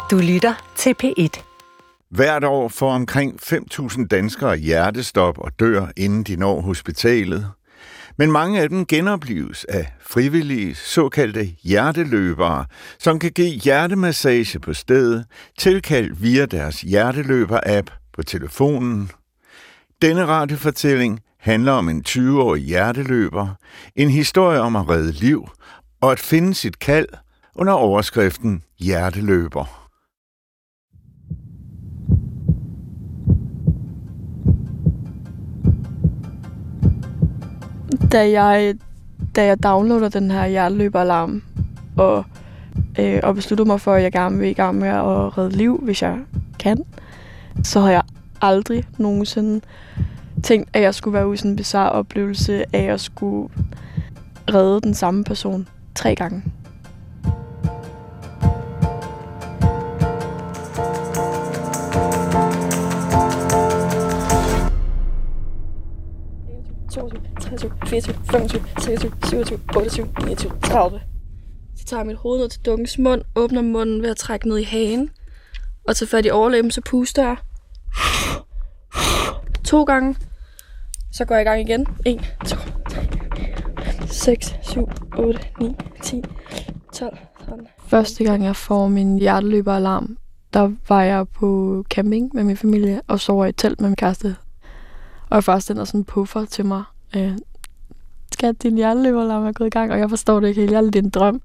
Du lytter til P1. Hvert år får omkring 5.000 danskere hjertestop og dør, inden de når hospitalet. Men mange af dem genoplives af frivillige, såkaldte hjerteløbere, som kan give hjertemassage på stedet, tilkaldt via deres hjerteløber-app på telefonen. Denne radiofortælling handler om en 20-årig hjerteløber, en historie om at redde liv og at finde sit kald under overskriften hjerteløber. Da jeg downloader den her hjerteløberalarm og beslutter mig for, at jeg gerne vil i gang med at redde liv, hvis jeg kan, så har jeg aldrig nogensinde tænkt, at jeg skulle være ude i sådan en bizarre oplevelse af at skulle redde den samme person 3 gange. Så tager jeg mit hoved ned til dukkens mund, åbner munden ved at trække ned i hagen, og tager fat i overlæben, så puster jeg 2 gange. Så går jeg i gang igen. 1, 2, 3, 4, 6, 7, 8, 9, 10, 12, 13. Første gang jeg får min hjerteløberalarm, der var jeg på camping med min familie og sover i et telt med min kæreste. Og jeg først sender sådan en puffer til mig. Skat, din hjerteløberalarm er gået i gang, og jeg forstår det ikke helt. Det er en drøm.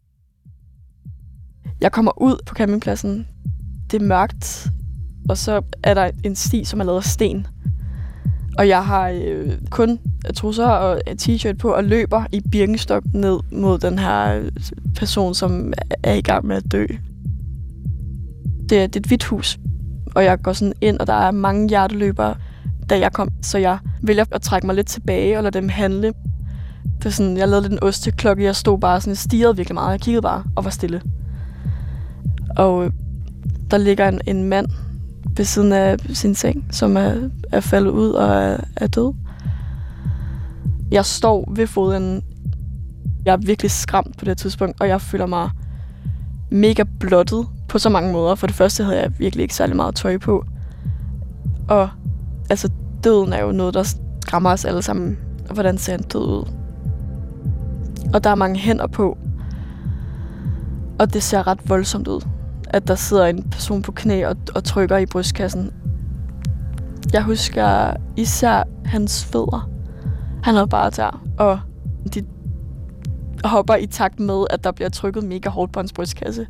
Jeg kommer ud på campingpladsen. Det er mørkt, og så er der en sti, som er lavet af sten. Og jeg har kun trusser og t-shirt på og løber i Birkenstock ned mod den her person, som er i gang med at dø. Det er et hvidt hus, og jeg går sådan ind, og der er mange hjerteløbere, da jeg kom. Så jeg vælger at trække mig lidt tilbage og lade dem handle. Det er sådan, jeg lavede lidt en osteklokke. Jeg stod bare sådan, jeg stirrede virkelig meget. Jeg kiggede bare og var stille. Og der ligger en mand ved siden af sin seng, som er faldet ud og er død. Jeg står ved foden. Jeg er virkelig skræmt på det tidspunkt, og jeg føler mig mega blottet på så mange måder. For det første havde jeg virkelig ikke særlig meget tøj på. Og altså, døden er jo noget, der skræmmer os alle sammen. Og hvordan ser en død ud? Og der er mange hænder på. Og det ser ret voldsomt ud, at der sidder en person på knæ og trykker i brystkassen. Jeg husker især hans fødder. Han havde bare tær, og de hopper i takt med, at der bliver trykket mega hårdt på hans brystkasse.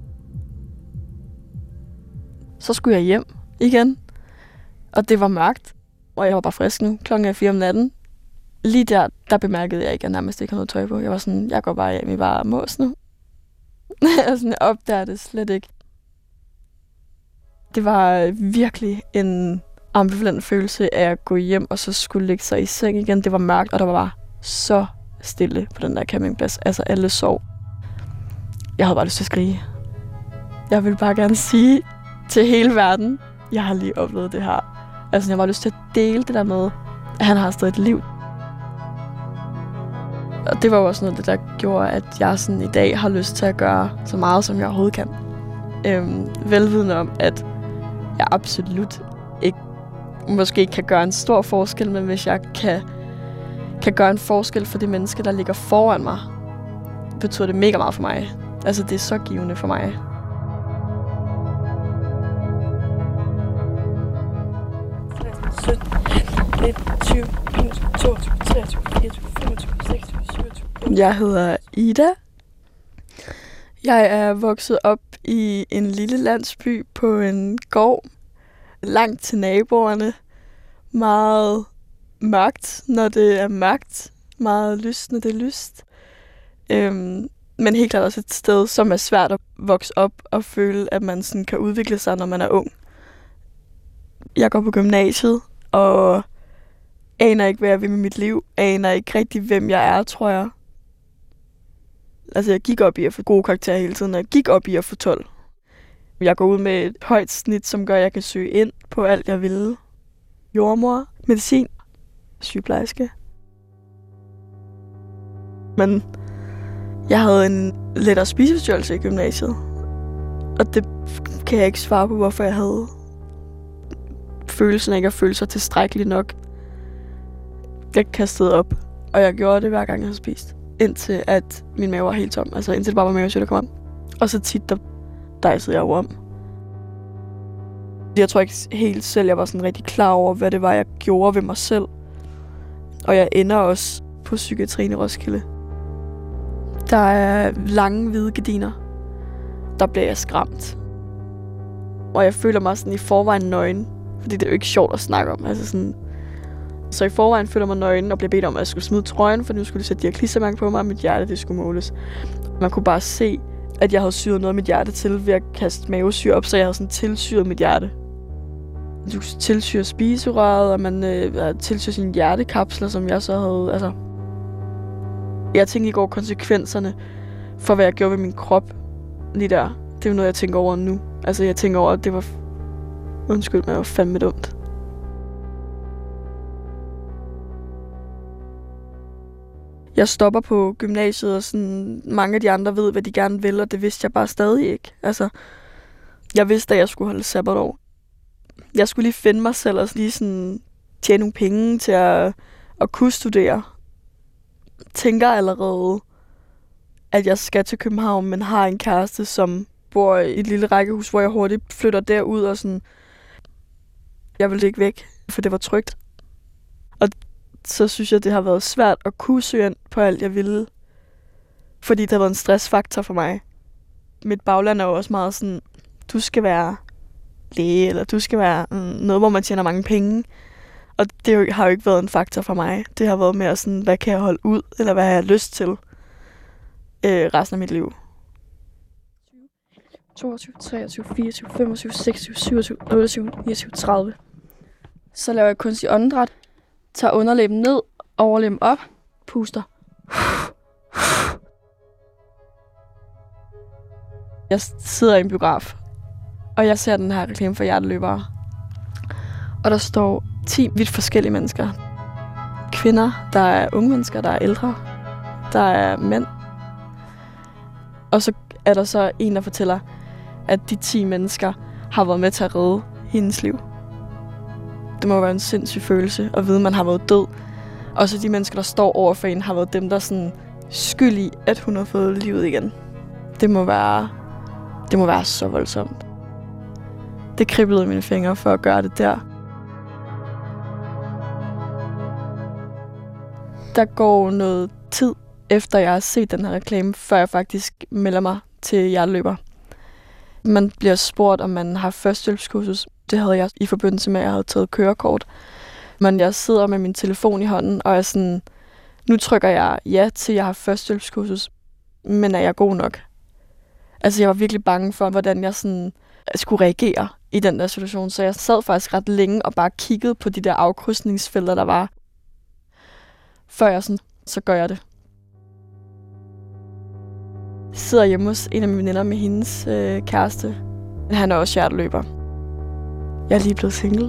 Så skulle jeg hjem igen, og det var mørkt, og jeg var bare frisk nu. Klokken er 4 om natten. Lige der bemærkede jeg ikke, at jeg nærmest ikke havde noget tøj på. Jeg var sådan, jeg går bare hjem i bare mås nu. Jeg opdager det slet ikke. Det var virkelig en ambivalent følelse af at gå hjem og så skulle ligge sig i seng igen. Det var mørkt, og der var bare så stille på den der campingplads. Altså alle sov. Jeg havde bare lyst til at skrige. Jeg ville bare gerne sige til hele verden, jeg har lige oplevet det her. Altså jeg var lyst til at dele det der med, at han har stadig et liv. Og det var jo også noget, der gjorde, at jeg sådan i dag har lyst til at gøre så meget, som jeg overhovedet kan. Velvidende om, at jeg absolut ikke måske kan gøre en stor forskel, men hvis jeg kan gøre en forskel for de mennesker, der ligger foran mig, betyder det mega meget for mig. Altså det er så givende for mig. Jeg hedder Ida. Jeg er vokset op i en lille landsby på en gård, langt til naboerne. Meget mørkt, når det er mørkt. Meget lyst, når det er lyst. Men helt klart også et sted, som er svært at vokse op og føle, at man sådan kan udvikle sig, når man er ung. Jeg går på gymnasiet og aner ikke, hvad jeg vil med mit liv. Aner ikke rigtig, hvem jeg er, tror jeg. Altså, jeg gik op i at få gode karakterer hele tiden, og jeg gik op i at få 12. Jeg går ud med et højt snit, som gør, at jeg kan søge ind på alt, jeg ville. Jordmor, medicin, sygeplejerske. Men jeg havde en lettere spiseforstyrrelse i gymnasiet. Og det kan jeg ikke svare på, hvorfor jeg havde følelsen af ikke at føle sig tilstrækkeligt nok. Jeg kastede op, og jeg gjorde det hver gang, jeg havde spist. Indtil at min mave var helt tom. Altså indtil det bare var mavesyre, der kom om. Og så tit, der dejsede jeg over om. Jeg tror ikke helt selv, jeg var sådan rigtig klar over, hvad det var, jeg gjorde ved mig selv. Og jeg ender også på psykiatrien i Roskilde. Der er lange, hvide gardiner. Der bliver jeg skræmt. Og jeg føler mig sådan i forvejen nøgen. Fordi det er jo ikke sjovt at snakke om. Altså sådan. Så i forvejen føler mig nøgen og bliver bedt om, at jeg skulle smide trøjen, for nu skulle de sætte de her klistermærker på mig, og mit hjerte det skulle måles. Man kunne bare se, at jeg havde syret noget af mit hjerte til ved at kaste mavesyre op, så jeg havde sådan tilsyret mit hjerte. Du tilsyre spiserøret, og man tilsyre sine hjertekapsler, som jeg så havde. Altså, jeg tænkte ikke over konsekvenserne for, hvad jeg gjorde ved min krop lige der. Det er jo noget, jeg tænker over nu. Altså, jeg tænker over, at det var... Undskyld, men det var fandme dumt. Jeg stopper på gymnasiet, og sådan, mange af de andre ved, hvad de gerne vil, og det vidste jeg bare stadig ikke. Altså, jeg vidste, at jeg skulle holde sabbatår. Jeg skulle lige finde mig selv og lige sådan tjene nogle penge til at kunne studere. Tænker allerede, at jeg skal til København, men har en kæreste, som bor i et lille rækkehus, hvor jeg hurtigt flytter derud og sådan. Jeg ville ikke væk, for det var trygt. Og så synes jeg, det har været svært at kunne søge ind på alt, jeg ville. Fordi det har været en stressfaktor for mig. Mit bagland er jo også meget sådan, du skal være læge, eller du skal være noget, hvor man tjener mange penge. Og det har jo ikke været en faktor for mig. Det har været mere sådan, hvad kan jeg holde ud, eller hvad har jeg lyst til resten af mit liv. 22, 23, 24, 25, 26, 27, 28, 29, 30. Så laver jeg kunstig åndedræt. Tager underlæben ned, overlæben op, puster. Jeg sidder i en biograf, og jeg ser den her reklame for hjerteløbere. Og der står 10 vidt forskellige mennesker. Kvinder, der er unge mennesker, der er ældre, der er mænd. Og så er der så en, der fortæller, at de 10 mennesker har været med til at redde hendes liv. Det må være en sindssyg følelse at vide, at man har været død. Og så de mennesker, der står over for en, har været dem, der er sådan skyld i, at hun har fået livet igen. Det må være så voldsomt. Det kriblede i mine fingre for at gøre det der. Der går noget tid, efter jeg har set den her reklame, før jeg faktisk melder mig til hjerteløber. Man bliver spurgt, om man har førstehjælpskursus. Det havde jeg i forbindelse med, at jeg havde taget kørekort. Men jeg sidder med min telefon i hånden, og er sådan, nu trykker jeg ja til, at jeg har førstehjælpskursus, men er jeg god nok? Altså, jeg var virkelig bange for, hvordan jeg sådan skulle reagere i den der situation. Så jeg sad faktisk ret længe og bare kiggede på de der afkrydsningsfelter, der var. Før jeg sådan, så gør jeg det. Jeg sidder hjemme hos en af mine veninder med hendes kæreste. Han er også hjerteløber. Jeg er lige blevet single.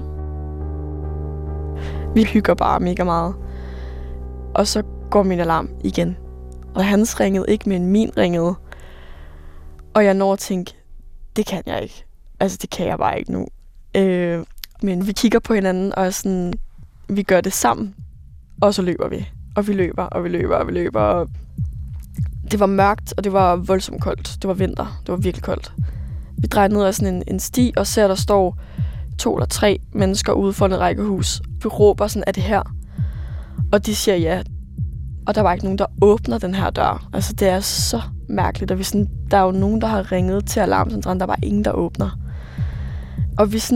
Vi hygger bare mega meget. Og så går min alarm igen. Og hans ringede ikke, men min ringede. Og jeg når at tænke, det kan jeg ikke. Altså, det kan jeg bare ikke nu. Men vi kigger på hinanden, og sådan, vi gør det sammen. Og så løber vi. Og vi løber, og vi løber, og vi løber. Og det var mørkt, og det var voldsomt koldt. Det var vinter. Det var virkelig koldt. Vi drejer ned ad sådan en sti, og ser, der står 2 eller 3 mennesker ude for et rækkehus. Vi råber sådan, er det her? Og de siger ja. Og der var ikke nogen, der åbner den her dør. Altså, det er så mærkeligt. Og der er jo nogen, der har ringet til alarmcentralen. Der var ingen, der åbner. Og vi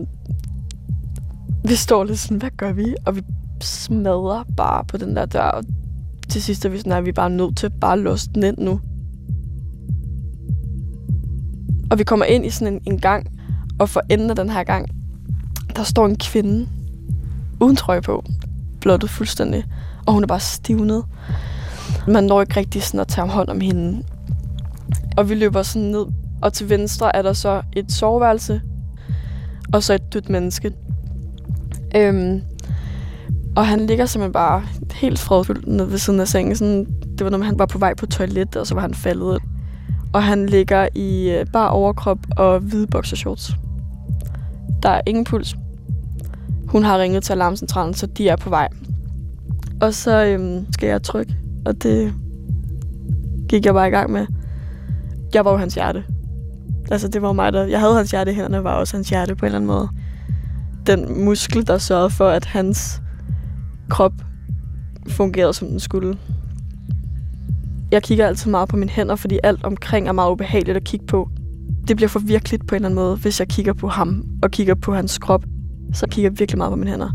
står lidt sådan, hvad gør vi? Og vi smadrer bare på den der dør. Og til sidst er vi sådan, at vi bare nødt til bare at låse den ind nu. Og vi kommer ind i sådan en gang. Og for enden af den her gang, der står en kvinde uden trøje på. Blottet fuldstændig. Og hun er bare stivnet. Man når ikke rigtig sådan at tage hånd om hende. Og vi løber sådan ned. Og til venstre er der så et soveværelse. Og så et dødt menneske. Og han ligger simpelthen bare helt fredfyldt nede ved siden af sengen. Sådan, det var, når han var på vej på toilet, og så var han faldet. Og han ligger i bar overkrop og hvide boxershorts. Der er ingen puls. Hun har ringet til alarmcentralen, så de er på vej. Og så skal jeg trykke, og det gik jeg bare i gang med. Jeg var jo hans hjerte. Altså, det var mig, der... Jeg havde hans hjerte i hænderne, var også hans hjerte på en eller anden måde. Den muskel, der sørgede for, at hans krop fungerede, som den skulle. Jeg kigger altid meget på mine hænder, fordi alt omkring er meget ubehageligt at kigge på. Det bliver for virkeligt på en eller anden måde, hvis jeg kigger på ham og kigger på hans krop. Så kigger jeg virkelig meget på mine hænder.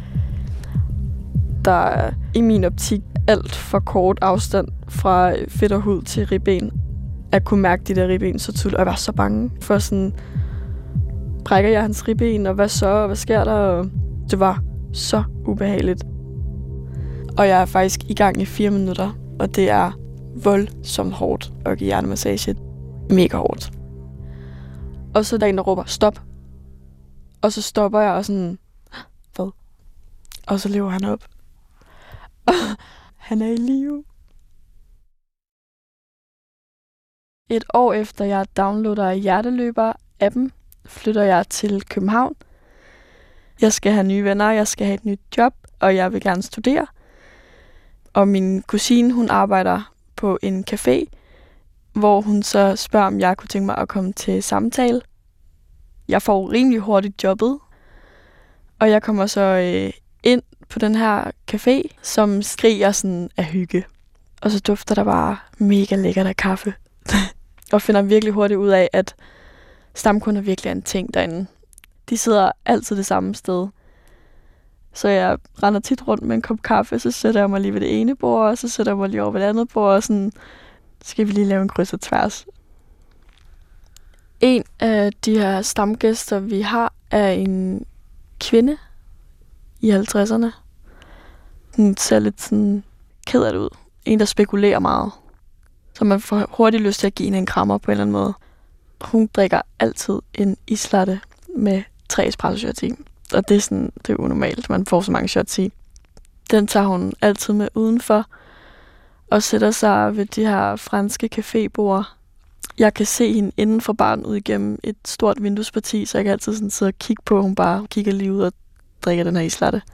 Der er i min optik alt for kort afstand fra fedt og hud til ribben. At kunne mærke de der ribben så tydeligt, og jeg var så bange for sådan, brækker jeg hans ribben, og hvad så, og hvad sker der? Og det var så ubehageligt. Og jeg er faktisk i gang i 4 minutter, og det er voldsomt hårdt at give hjertemassage. Mega hårdt. Og så er der en, der råber, stop. Og så stopper jeg og sådan, hvad? Og så lever han op. Han er i live. Et år efter jeg downloader Hjerteløber-appen, flytter jeg til København. Jeg skal have nye venner, jeg skal have et nyt job, og jeg vil gerne studere. Og min kusine, hun arbejder på en café, hvor hun så spørger, om jeg kunne tænke mig at komme til samtale. Jeg får rimelig hurtigt jobbet, og jeg kommer så ind på den her café, som skriger sådan af hygge. Og så dufter der bare mega lækkert af kaffe. Og finder virkelig hurtigt ud af, at stamkunder virkelig er en ting derinde. De sidder altid det samme sted. Så jeg render tit rundt med en kop kaffe, så sætter jeg mig lige ved det ene bord, og så sætter jeg mig lige over ved det andet bord, og sådan skal vi lige lave en kryds og tværs. En af de her stamgæster, vi har, er en kvinde i 50'erne. Hun ser lidt sådan ked af det ud. En, der spekulerer meget. Så man får hurtigt lyst til at give hende en krammer på en eller anden måde. Hun drikker altid en islatte med 3 espresso shots i. Og det er sådan, det er unormalt, man får så mange shots i. Den tager hun altid med udenfor og sætter sig ved de her franske cafébord. Jeg kan se hende inden for baren ud igennem et stort vinduesparti, så jeg kan altid sådan sidde og kigge på, hun bare kigger lige ud og drikker den her islatte.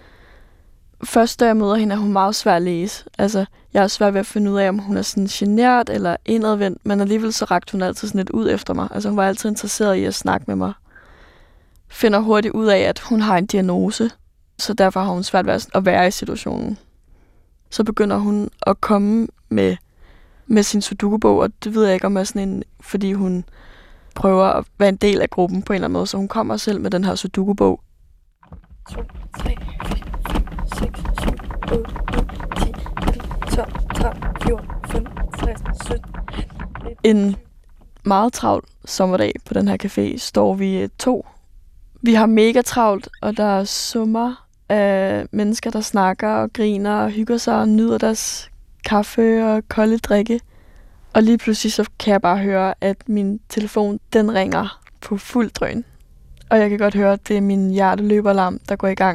Først da jeg møder hende, er hun meget svær at læse. Altså, jeg er svært ved at finde ud af, om hun er sådan genert eller indadvendt, men alligevel så rakte hun altid sådan lidt ud efter mig. Altså, hun var altid interesseret i at snakke med mig. Finder hurtigt ud af, at hun har en diagnose, så derfor har hun svært ved at være i situationen. Så begynder hun at komme med sin sudoku-bog, og det ved jeg ikke, om er sådan en, fordi hun prøver at være en del af gruppen på en eller anden måde, så hun kommer selv med den her sudoku-bog. 2, 3, 4, 5, 6, 7, 8, 9, 10, 11, 12, 13, 14, 15, 16, 17. En meget travl sommerdag på den her café står vi 2. Vi har mega travlt, og der er summer af mennesker, der snakker og griner og hygger sig og nyder deres kaffe og kolde drikke. Og lige pludselig så kan jeg bare høre, at min telefon, den ringer på fuld drøn. Og jeg kan godt høre, at det er min hjerteløberalarm, der går i gang.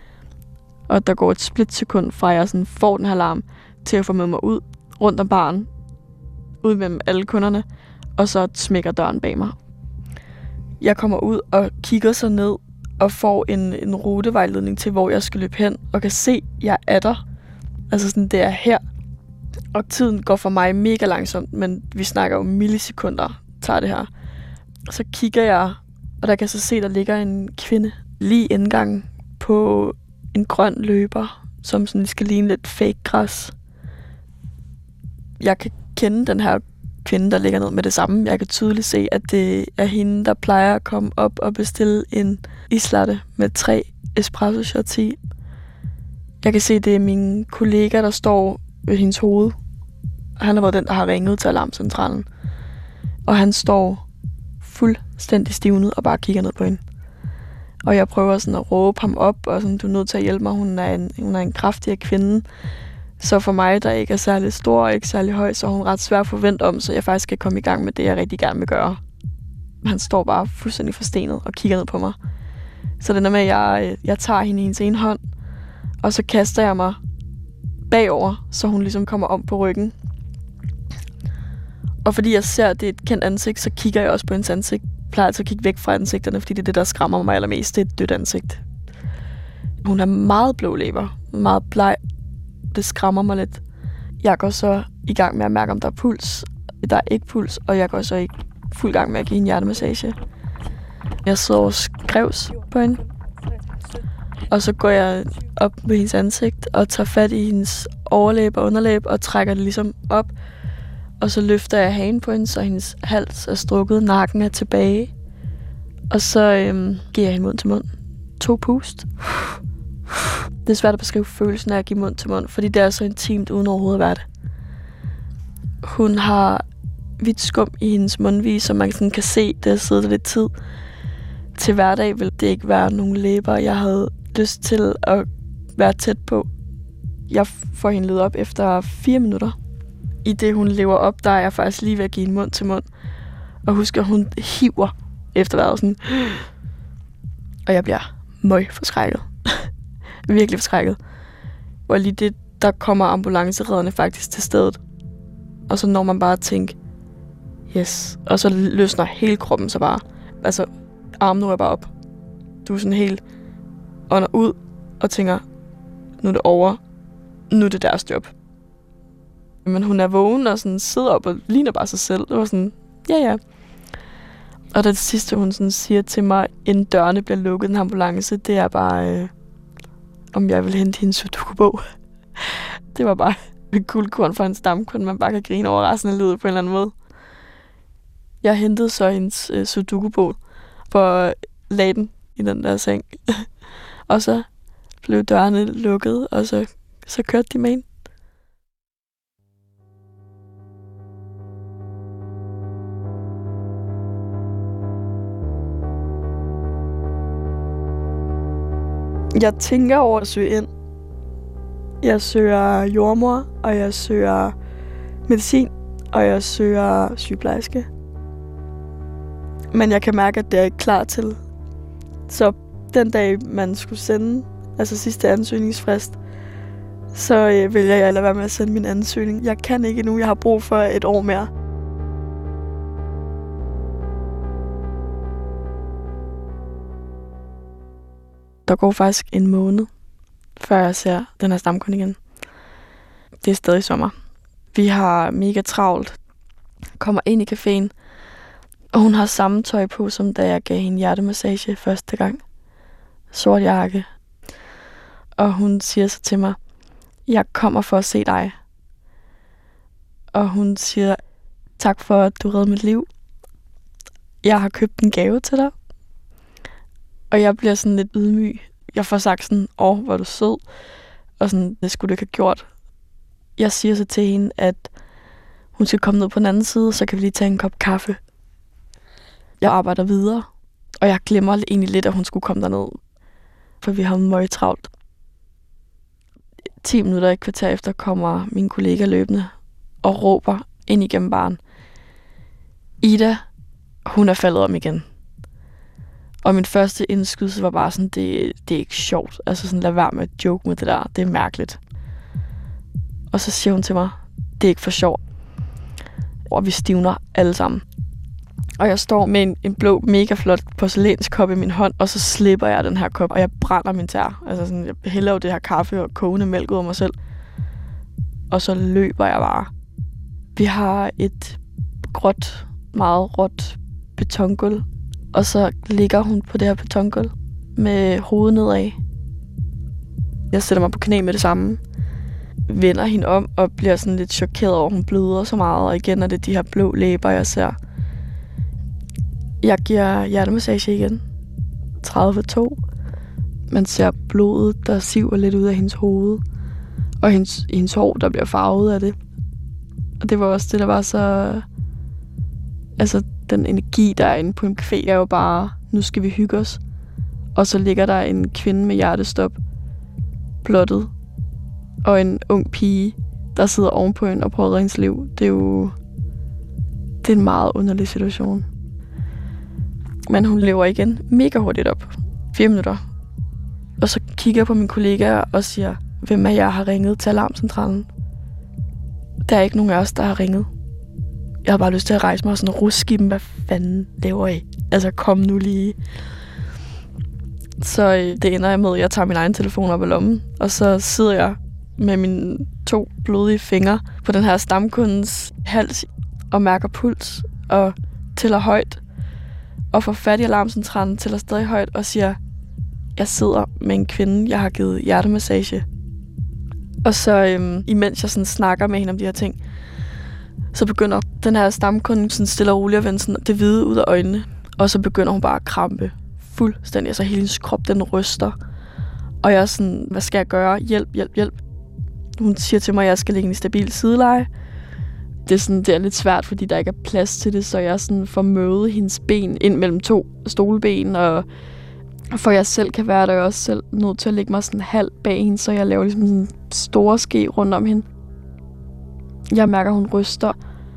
Og der går et splitsekund fra, jeg sådan får den her alarm, til at få med mig ud rundt om baren, ud mellem alle kunderne, og så smækker døren bag mig. Jeg kommer ud og kigger så ned og får en rutevejledning til, hvor jeg skal løbe hen, og kan se, at jeg er der. Altså sådan, det er her. Og tiden går for mig mega langsomt, men vi snakker jo millisekunder, tager det her. Så kigger jeg, og der kan jeg så se, der ligger en kvinde lige indgangen på en grøn løber, som sådan skal ligne lidt fake græs. Jeg kan kende den her kvinde, der ligger ned med det samme. Jeg kan tydeligt se, at det er hende, der plejer at komme op og bestille en islatte med 3 espresso shots i. Jeg kan se, at det er min kollega, der står ved hendes hoved. Han har været den, der har ringet til alarmcentralen. Og han står fuldstændig stivnet og bare kigger ned på hende. Og jeg prøver sådan at råbe ham op, og sådan, du er nødt til at hjælpe mig. Hun er en kraftig kvinde. Så for mig, der ikke er særlig stor og ikke særlig høj, så er hun ret svær at forvente om, så jeg faktisk skal komme i gang med det, jeg rigtig gerne vil gøre. Han står bare fuldstændig forstenet og kigger ned på mig. Så det er med, at jeg tager hende i hendes ene hånd, og så kaster jeg mig bagover, så hun ligesom kommer om på ryggen. Og fordi jeg ser, at det er et kendt ansigt, så kigger jeg også på hendes ansigt. Jeg plejer altid at kigge væk fra ansigterne, fordi det er det, der skræmmer mig allermest. Det er et dødt ansigt. Hun har meget blå læber, meget bleg. Det skræmmer mig lidt. Jeg går så i gang med at mærke, om der er puls. Der er ikke puls, og jeg går så i fuld gang med at give en hjertemassage. Jeg sidder og skrevs på hende. Og så går jeg op ved hendes ansigt og tager fat i hendes overlæb og underlæb og trækker det ligesom op. Og så løfter jeg hagen på hende, så hendes hals er strukket, nakken er tilbage. Og så giver jeg hende mund til mund. 2 pust. Det er svært at beskrive følelsen af at give mund til mund, fordi det er så intimt uden overhovedet at være det. Hun har hvidt skum i hendes mundvige, så man sådan kan se, det har siddet lidt tid. Til hverdag vil det ikke være nogle læber, jeg havde lyst til at være tæt på. Jeg får hende ledet op efter 4 minutter. I det, hun lever op, der er jeg faktisk lige ved at give hende mund til mund. Og husker, hun hiver efter vejret sådan. Og jeg bliver forskrækket. Virkelig forskrækket. Og lige det, der kommer ambulanceredderne faktisk til stedet. Og så når man bare at tænke, yes. Og så løsner hele kroppen så bare. Altså, armen er bare op. Du er sådan helt ånder ud og tænker, nu er det over. Nu er det deres job. Men hun er vågen og sådan sidder op og ligner bare sig selv. Det var sådan, ja. Og det sidste, hun sådan siger til mig, inden dørene bliver lukket i en ambulance, det er bare, om jeg vil hente hendes sudoku-bog. Det var bare et guldkorn for en stamkunde, man bare kan grine over resten af livet på en eller anden måde. Jeg hentede så hendes sudoku-bog for lagde den i den der seng. Og så blev dørene lukket, og så kørte de med en. Jeg tænker over at søge ind. Jeg søger jordmor, og jeg søger medicin, og jeg søger sygeplejerske. Men jeg kan mærke, at det er ikke klar til. Så den dag, man skulle sende, altså sidste ansøgningsfrist, så vælger jeg at lade være med at sende min ansøgning. Jeg kan ikke endnu. Jeg har brug for 1 år mere. Der går faktisk 1 måned, før jeg ser den her stamkunde igen. Det er stadig sommer. Vi har mega travlt. Kommer ind i caféen, og hun har samme tøj på, som da jeg gav hende hjertemassage første gang. Sort jakke. Og hun siger så til mig, jeg kommer for at se dig. Og hun siger, tak for, at du reddede mit liv. Jeg har købt en gave til dig. Og jeg bliver sådan lidt ydmyg. Jeg får sagt sådan, hvor er du sød. Og sådan, det skulle du ikke have gjort. Jeg siger så til hende, at hun skal komme ned på den anden side, så kan vi lige tage en kop kaffe. Jeg arbejder videre, og jeg glemmer egentlig lidt, at hun skulle komme derned. For vi har meget travlt. 10 minutter i kvarter efter kommer min kollega løbende og råber ind igennem baren. Ida, hun er faldet om igen. Og min første indskydelse var bare sådan, det er ikke sjovt. Altså sådan, lad være med at joke med det der. Det er mærkeligt. Og så siger hun til mig, det er ikke for sjovt. Og vi stivner alle sammen. Og jeg står med en blå, mega flot porcelænskop i min hånd, og så slipper jeg den her kop, og jeg brænder min tær. Altså sådan, jeg hælder jo det her kaffe og kogende mælk ud af mig selv. Og så løber jeg bare. Vi har et gråt, meget råt betongulv, og så ligger hun på det her betongulv med hovedet nedad. Jeg sætter mig på knæ med det samme, vender hende om og bliver sådan lidt chokeret over, at hun bløder så meget. Og igen er det de her blå læber, jeg ser. Jeg giver hjertemassage igen. 30-2. Man ser blodet, der siver lidt ud af hendes hoved. Og hendes hår, der bliver farvet af det. Og det var også det, der var så... Altså, den energi, der er inde på en café, er jo bare, nu skal vi hygge os. Og så ligger der en kvinde med hjertestop, blottet, og en ung pige, der sidder ovenpå hende og prøver at redde hendes liv. Det er en meget underlig situation. Men hun lever igen mega hurtigt op. 4 minutter. Og så kigger jeg på min kollega og siger, hvem af jer har ringet til alarmcentralen? Der er ikke nogen af os, der har ringet. Jeg havde bare lyst til at rejse mig og sådan ruske dem. Hvad fanden laver I? Altså, kom nu lige. Så det ender jeg med, at jeg tager min egen telefon op af lommen, og så sidder jeg med mine 2 blodige fingre på den her stamkundens hals og mærker puls og tæller højt og får fat i alarmcentralen, tæller stadig højt og siger, jeg sidder med en kvinde, jeg har givet hjertemassage. Og så imens jeg sådan snakker med hende om de her ting, så begynder den her stamkunde sådan stille og roligt at vende sådan det hvide ud af øjnene, og så begynder hun bare at krampe fuldstændig. Altså hele hendes krop, den ryster. Og jeg er sådan, hvad skal jeg gøre? Hjælp, hjælp, hjælp. Hun siger til mig, at jeg skal ligge i stabil sideleje. Det er lidt svært, fordi der ikke er plads til det, så jeg sådan får møde hendes ben ind mellem 2 stolben, og for jeg selv kan være der, jeg også selv nødt til at lægge mig sådan halv bag hende, så jeg laver ligesom en store ske rundt om hende. Jeg mærker, hun ryster.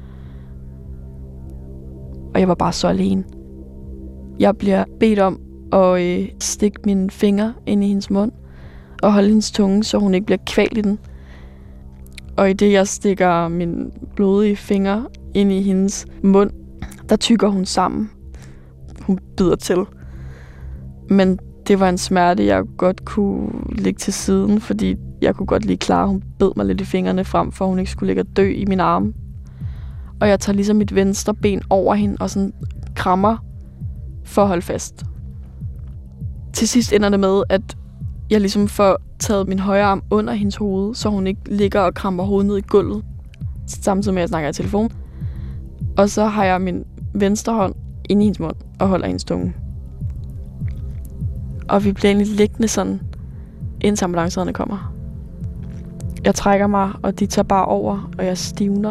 Og jeg var bare så alene. Jeg bliver bedt om at stikke mine fingre ind i hendes mund og holde hendes tunge, så hun ikke bliver kvalt i den. Og i det, jeg stikker mine blodige fingre ind i hendes mund, der tykker hun sammen. Hun bider til. Men det var en smerte, jeg godt kunne lægge til siden, fordi jeg kunne godt lige klare, at hun bed mig lidt i fingrene frem, for hun ikke skulle ligge og dø i mine arme. Og jeg tager ligesom mit venstre ben over hende og sådan krammer for at holde fast. Til sidst ender det med, at jeg ligesom får taget min højre arm under hendes hoved, så hun ikke ligger og kramper hovedet ned i gulvet, samtidig med at jeg snakker i telefon. Og så har jeg min venstre hånd inde i hendes mund og holder hendes tunge. Og vi bliver egentlig liggende sådan, indtil ambulancerne kommer. Jeg trækker mig, og de tager bare over, og jeg stivner.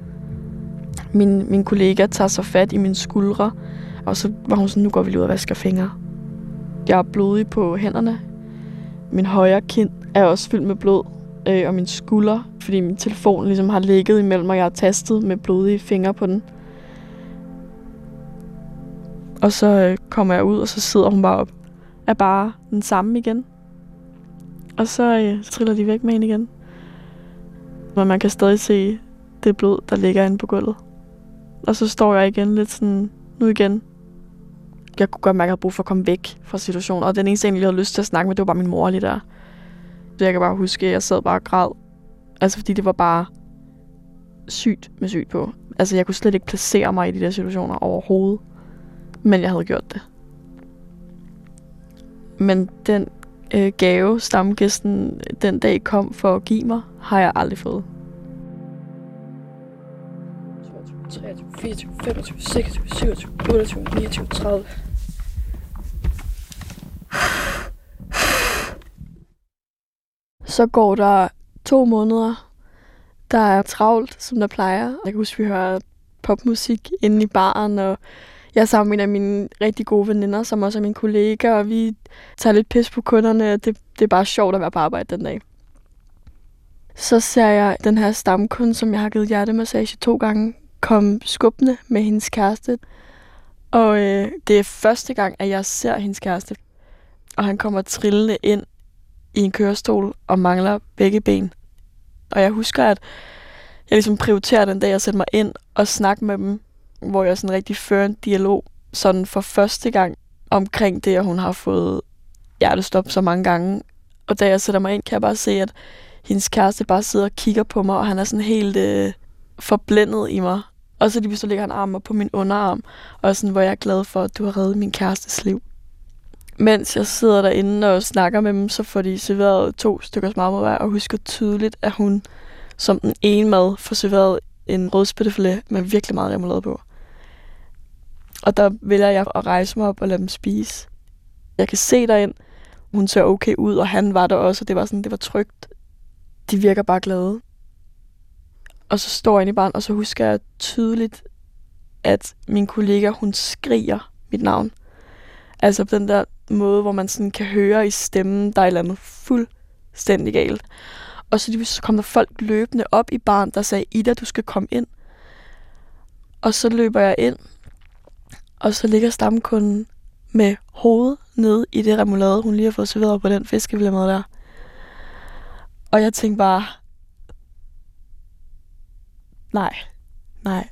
Min kollega tager så fat i mine skuldre, og så var hun sådan, nu går vi lige ud og vasker fingre. Jeg er blodig på hænderne. Min højre kind er også fyldt med blod, og min skulder, fordi min telefon ligesom har ligget imellem, og jeg har tastet med blodige fingre på den. Og så kommer jeg ud, og så sidder hun bare op. Er bare den samme igen. Og så triller de væk med hende igen. Men man kan stadig se det blod, der ligger inde på gulvet. Og så står jeg igen lidt sådan, nu igen. Jeg kunne godt mærke, at jeg havde brug for at komme væk fra situationen. Og den eneste, jeg havde lyst til at snakke med, det var bare min mor lige der. Så jeg kan bare huske, at jeg sad bare og græd. Altså fordi det var bare sygt med sygt på. Altså jeg kunne slet ikke placere mig i de der situationer overhovedet. Men jeg havde gjort det. Men den gave, stamgæsten den dag kom for at give mig, har jeg aldrig fået. 23, 24, 25, 26, 27, 28, 29, 30. Så går der 2 måneder. Der er travlt, som der plejer. Jeg kan huske, vi hører popmusik inde i baren, og jeg er sammen med en af mine rigtig gode veninder, som også er mine kollegaer, og vi tager lidt pis på kunderne, og det er bare sjovt at være på arbejde den dag. Så ser jeg den her stamkunde, som jeg har givet hjertemassage 2 gange, komme skubbende med hendes kæreste. Og det er første gang, at jeg ser hendes kæreste. Og han kommer trillende ind i en kørestol og mangler begge ben. Og jeg husker, at jeg ligesom prioriterer den dag at sætte mig ind og snakke med dem, hvor jeg sådan rigtig fører en dialog sådan for første gang omkring det, at hun har fået hjertestop så mange gange. Og da jeg sætter mig ind, kan jeg bare se, at hendes kæreste bare sidder og kigger på mig, og han er sådan helt forblændet i mig. Og så lige så lægger han armen på min underarm, og sådan, hvor jeg er glad for, at du har reddet min kærestes liv. Mens jeg sidder derinde og snakker med dem, så får de serveret 2 stykker smørbrød hver, og husker tydeligt, at hun som den ene mad får serveret en rødspættefilet med virkelig meget remoulade på. Og der vælger jeg at rejse mig op og lade dem spise. Jeg kan se derind, hun ser okay ud, og han var der også, og det var trygt. De virker bare glade. Og så står jeg inde i baren, og så husker jeg tydeligt, at min kollega, hun skriger mit navn. Altså på den der måde, hvor man sådan kan høre i stemmen, der er et eller andet fuldstændig galt. Og så kom der folk løbende op i baren, der sagde, Ida, du skal komme ind. Og så løber jeg ind, og så ligger stamkunden med hovedet nede i det remoulade, hun lige har fået serveret på den fiskefiletmad der. Og jeg tænkte bare, nej.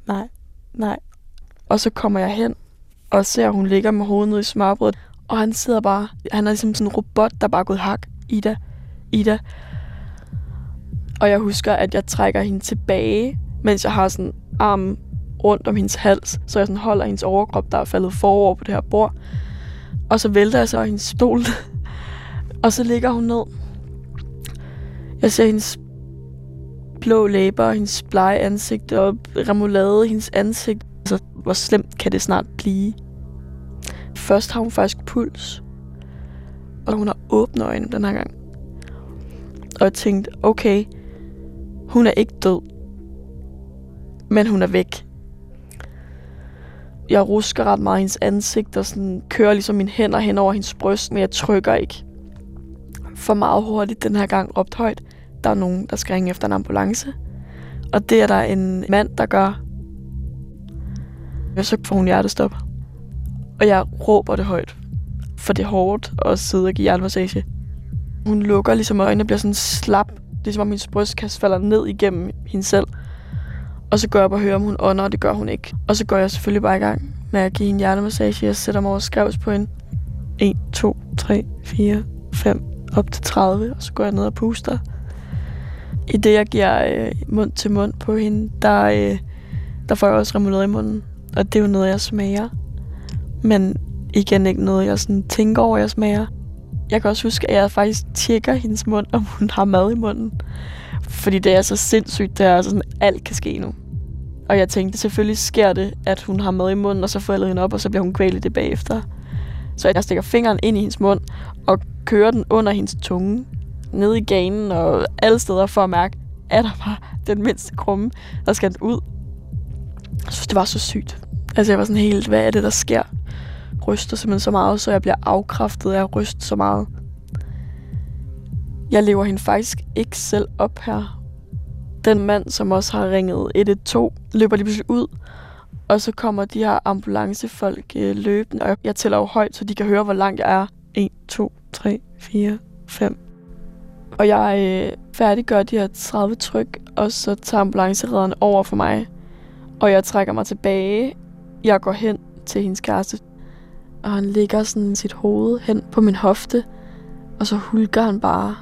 nej. Og så kommer jeg hen og ser, at hun ligger med hovedet nede i smørbrødet. Og han sidder bare, han er ligesom sådan en robot, der bare er gået hak. Ida. Og jeg husker, at jeg trækker hende tilbage, mens jeg har sådan armen rundt om hendes hals. Så jeg sådan holder hendes overkrop, der er faldet forover på det her bord. Og så vælter jeg så hendes stol. Og så ligger hun ned. Jeg ser hendes blå læber, hendes blege ansigt og remoulade hendes ansigt. Så hvor slemt kan det snart blive? Først har hun faktisk puls. Og hun har åbne øjne den her gang. Og jeg tænkte, okay, hun er ikke død. Men hun er væk. Jeg rusker ret meget hendes ansigt og sådan kører ligesom mine hænder hen over hendes bryst, men jeg trykker ikke. For meget hurtigt den her gang råbt højt. Der er nogen, der skal ringe efter en ambulance. Og det er der en mand, der gør. Og så får hun hjertestop. Og jeg råber det højt. For det er hårdt at sidde og give hjertemassage. Hun lukker ligesom øjnene, bliver sådan slap. Det er som om hendes brystkasse falder ned igennem hende selv. Og så går jeg op og hører, om hun ånder, og det gør hun ikke. Og så går jeg selvfølgelig bare i gang med at give hende hjertemassage. Jeg sætter mig over skrevs på hende. 1, 2, 3, 4, 5, op til 30. Og så går jeg ned og puster. I det, jeg giver mund til mund på hende, der får jeg også remoulade i munden. Og det er jo noget, jeg smager. Men igen ikke noget, jeg sådan tænker over, jeg smager. Jeg kan også huske, at jeg faktisk tjekker hendes mund, om hun har mad i munden. Fordi det er så sindssygt, det er sådan, alt kan ske nu. Og jeg tænkte, selvfølgelig sker det, at hun har mad i munden, og så får jeg hende op, og så bliver hun kvælet det bagefter. Så jeg stikker fingeren ind i hendes mund, og kører den under hendes tunge, ned i ganen og alle steder for at mærke, at der var den mindste krumme, der skal ud. Jeg synes, det var så sygt. Altså, jeg var sådan helt, hvad er det, der sker? Ryster simpelthen så meget, så jeg bliver afkræftet af at ryste så meget. Jeg lever hende faktisk ikke selv op her. Den mand, som også har ringet 112, løber lige pludselig ud. Og så kommer de her ambulancefolk løbende, og jeg tæller jo højt, så de kan høre, hvor langt jeg er. 1, 2, 3, 4, 5. Og jeg færdiggør de her 30 tryk, og så tager ambulanceredderne over for mig. Og jeg trækker mig tilbage. Jeg går hen til hendes kæreste, og han lægger sådan sit hoved hen på min hofte, og så hulker han bare.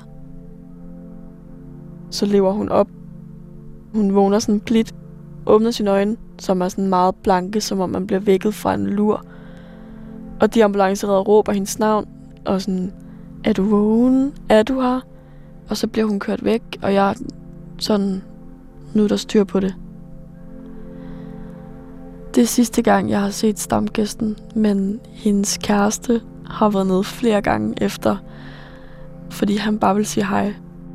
Så lever hun op. Hun vågner sådan blidt, åbner sine øjne, som er sådan meget blanke, som om man bliver vækket fra en lur. Og de ambulanceredder råber hendes navn, og sådan, er du vågen? Er du her? Og så bliver hun kørt væk, og jeg sådan, nu er der styr på det. Det er sidste gang, jeg har set stamgæsten, men hendes kæreste har været nede flere gange efter, fordi han bare vil sige hej.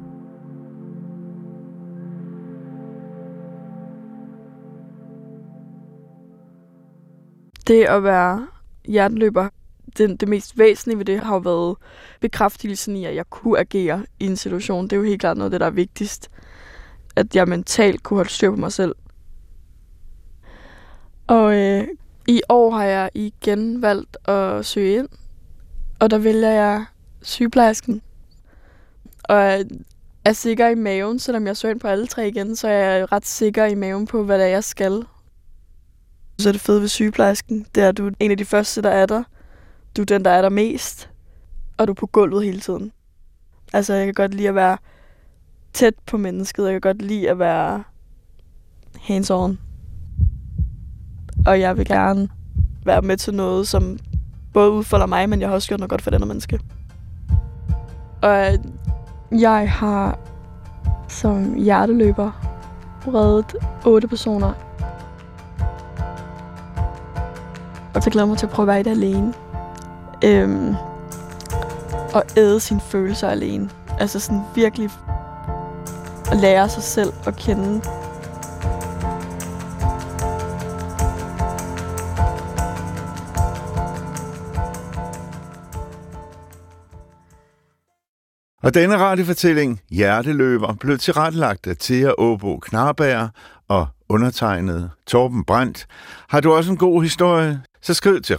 Det at være hjerteløber, det mest væsentlige ved det har jo været bekræftelsen i, at jeg kunne agere i en situation. Det er jo helt klart noget af det, der er vigtigst. At jeg mentalt kunne holde styr på mig selv. Og i år har jeg igen valgt at søge ind. Og der vælger jeg sygeplejersken. Og er sikker i maven, selvom jeg søger ind på alle 3 igen, så er jeg ret sikker i maven på, hvad det er, jeg skal. Så det fede ved sygeplejersken, det er, at du er en af de første, der er der. Du er den, der er der mest. Og du er på gulvet hele tiden. Altså, jeg kan godt lide at være tæt på mennesket. Jeg kan godt lide at være hands-on. Og jeg vil gerne være med til noget, som både udfolder mig, men jeg har også gjort noget godt for det andet menneske. Og jeg har som hjerteløber reddet 8 personer. Og så glæder mig til at prøve at være i det alene. Og æde sine følelser alene. Altså sådan virkelig at lære sig selv at kende. Og denne radiofortælling, Hjerteløber, blev tilrettelagt af Thea Åbo Knarberg og undertegnet Torben Brandt. Har du også en god historie, så skriv til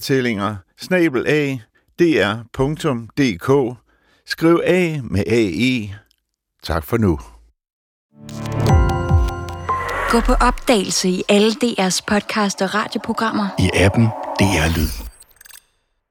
radiofortællinger@dr.dk. Skriv A med AE. Tak for nu. Gå på opdagelse i alle DR's podcast og radioprogrammer. I appen DR Lyd.